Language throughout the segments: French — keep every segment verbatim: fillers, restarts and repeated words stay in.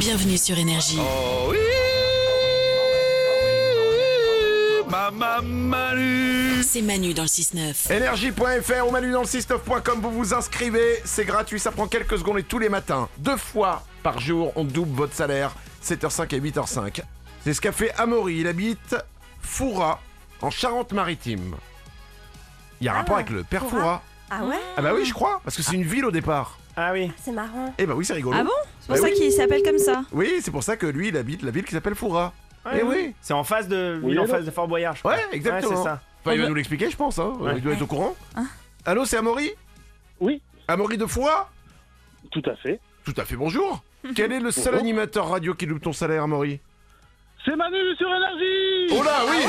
Bienvenue sur Énergie. Oh oui, Maman Manu. C'est Manu dans le six neuf. Énergie point F R ou manu dans le six neuf point com, vous vous inscrivez, c'est gratuit, ça prend quelques secondes et tous les matins, deux fois par jour, on double votre salaire, sept heures cinq et huit heures cinq. C'est ce qu'a fait Amaury, il habite Fouras, en Charente-Maritime. Il y a un Ah, rapport avec le père Fouras. Fouras. Ah ouais? Ah bah oui, je crois, parce que c'est une ville au départ. Ah oui. C'est marrant. Eh bah oui, c'est rigolo. Ah bon? C'est pour Bah ça oui. qu'il s'appelle comme ça. Oui, c'est pour ça que lui, il habite la ville qui s'appelle Fouras. Eh oui. C'est en face de Oui, ville en allô face de Fort Boyard, je crois. Ouais, exactement. Ouais, c'est ça. Enfin, il va nous l'expliquer, je pense, hein. Ouais. Il doit être au courant. Allô, c'est Amaury? Oui, Amaury de Fouras? tout à fait. Tout à fait, bonjour. Quel est le seul Bonjour. animateur radio qui double ton salaire, Amaury? C'est Manu sur Énergie. Oh là, oui.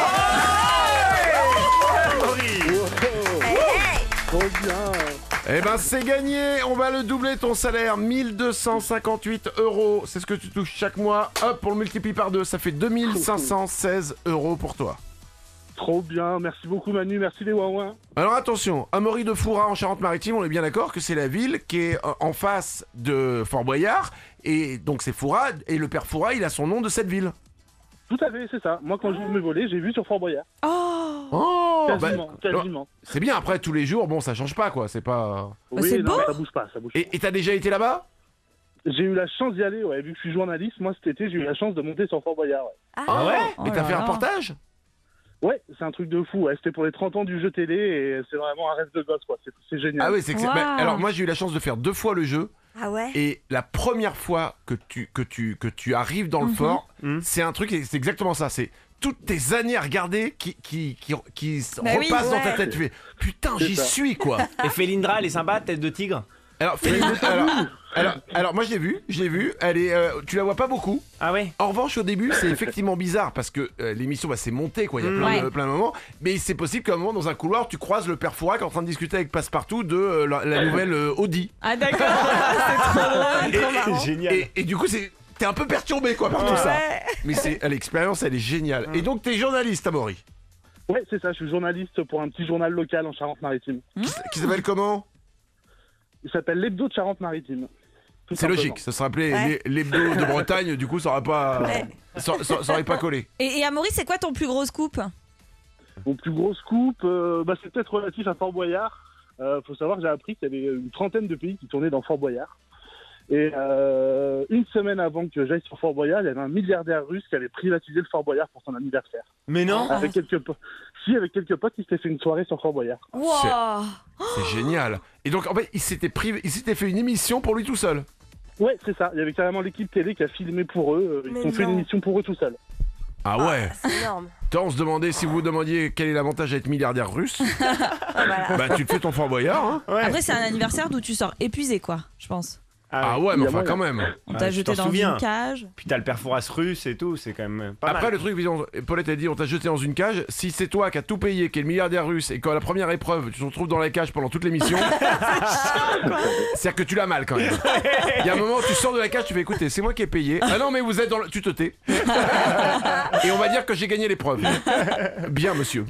Trop bien. Eh ben, c'est gagné. On va le doubler ton salaire. mille deux cent cinquante-huit euros. C'est ce que tu touches chaque mois. Hop, on le multiplie par deux. Ça fait deux mille cinq cent seize euros pour toi. Trop bien, merci beaucoup Manu, merci les ouin Alors attention, Amaury de Fouras en Charente-Maritime, on est bien d'accord que c'est la ville qui est euh, en face de Fort Boyard. Et donc c'est Fouras. Et le père Fouras, il a son nom de cette ville. Tout à fait, c'est ça. Moi quand j'ouvre mes volets, j'ai vu sur Fort Boyard. Oh, Oh, Quasiment, bah, quasiment. c'est bien. Après, tous les jours, bon, ça change pas, quoi. C'est pas... Bah, oui, c'est non, beau. ça bouge pas, ça bouge Et et t'as déjà été là-bas? pas. J'ai eu la chance d'y aller, ouais. Vu que je suis journaliste, moi cet été, j'ai eu la chance de monter sur Fort Boyard. Ouais, Ah ouais. Oh Et t'as là fait un là. reportage? ouais c'est un truc de fou. Ouais. C'était pour les trente ans du jeu télé et c'est vraiment un rêve de gosse, quoi. C'est, c'est génial. Ah oui, c'est que c'est- Wow. bah, alors moi j'ai eu la chance de faire deux fois le jeu Ah ouais? et la première fois que tu que tu que tu arrives dans le Mhm. fort, Mhm. c'est un truc, et c'est exactement ça, c'est toutes tes années à regarder qui qui qui, qui s- Bah oui. repassent dans ta Ouais. tête. Tu fais putain, C'est j'y ça. suis quoi. Et Félindra, elle est sympa, tête de tigre. Alors, Féline, alors, alors alors moi je l'ai vue, je l'ai vue, elle est euh, tu la vois pas beaucoup. Ah ouais. En revanche, au début, c'est effectivement bizarre parce que euh, l'émission, bah, c'est monté, quoi. Il y a Mm. plein, de, Ouais. plein de moments. Mais c'est possible qu'à un moment, dans un couloir, tu croises le père Fouras qui est en train de discuter avec Passepartout de euh, la, la nouvelle euh, Audi. Ah d'accord. C'est trop drôle. Trop marrant. Génial. Et, et du coup, c'est t'es un peu perturbé, quoi, par tout ça. Ouais. Mais c'est l'expérience, elle est géniale. Et donc, t'es journaliste, Amaury. Ouais, c'est ça. Je suis journaliste pour un petit journal local en Charente-Maritime. Qui, s- qui s'appelle comment? Il s'appelle l'Hebdo de Charente-Maritime. Tout C'est simplement. logique. Ça serait appelé Ouais. l'he- l'hebdo de Bretagne. Du coup, ça aurait pas, Ouais. ça, ça- ça aurait pas collé. Et, et Amaury, c'est quoi ton plus gros scoop? Mon plus gros scoop, euh, bah, c'est peut-être relatif à Fort Boyard. Euh, faut savoir que j'ai appris qu'il y avait une trentaine de pays qui tournaient dans Fort Boyard. Et euh, une semaine avant que j'aille sur Fort Boyard, il y avait un milliardaire russe qui avait privatisé le Fort Boyard pour son anniversaire. Mais non. Avec quelques potes. Si, avec quelques potes, il s'était fait une soirée sur Fort Boyard. Wow. C'est génial. Et donc, en fait, il s'était privé, il s'était fait une émission pour lui tout seul. Ouais, c'est ça. Il y avait carrément l'équipe télé qui a filmé pour eux. Euh, Ils Mais ont fait une non. émission pour eux tout seuls. Ah ouais. Ah, c'est énorme. Toi, on se demandait si vous vous demandiez quel est l'avantage d'être milliardaire russe. Voilà. Bah, tu te fais ton Fort Boyard, hein. Ouais. Après, c'est un anniversaire d'où tu sors épuisé, quoi, je pense. Ah ouais. ouais, mais Il y a enfin, moyen. quand même. On Ouais, t'a je jeté t'en dans souviens. une cage. Puis t'as le père Fouras russe et tout, c'est quand même pas Après, mal. le truc, disons, Paulette a dit, on t'a jeté dans une cage. Si c'est toi qui as tout payé, qui est le milliardaire russe, et qu'à la première épreuve, tu te retrouves dans la cage pendant toute l'émission, c'est-à-dire que tu l'as mal quand même. Il y a un moment où tu sors de la cage, tu fais écoutez, c'est moi qui ai payé. Ah non, mais vous êtes dans le. Tu te tais. Et on va dire que j'ai gagné l'épreuve. Bien, monsieur.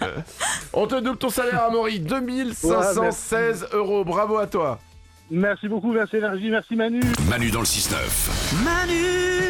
On te double ton salaire, Amaury. deux mille cinq cent seize euros. Bravo à toi. Merci beaucoup, merci Énergie, merci Manu. Manu dans le six neuf. Manu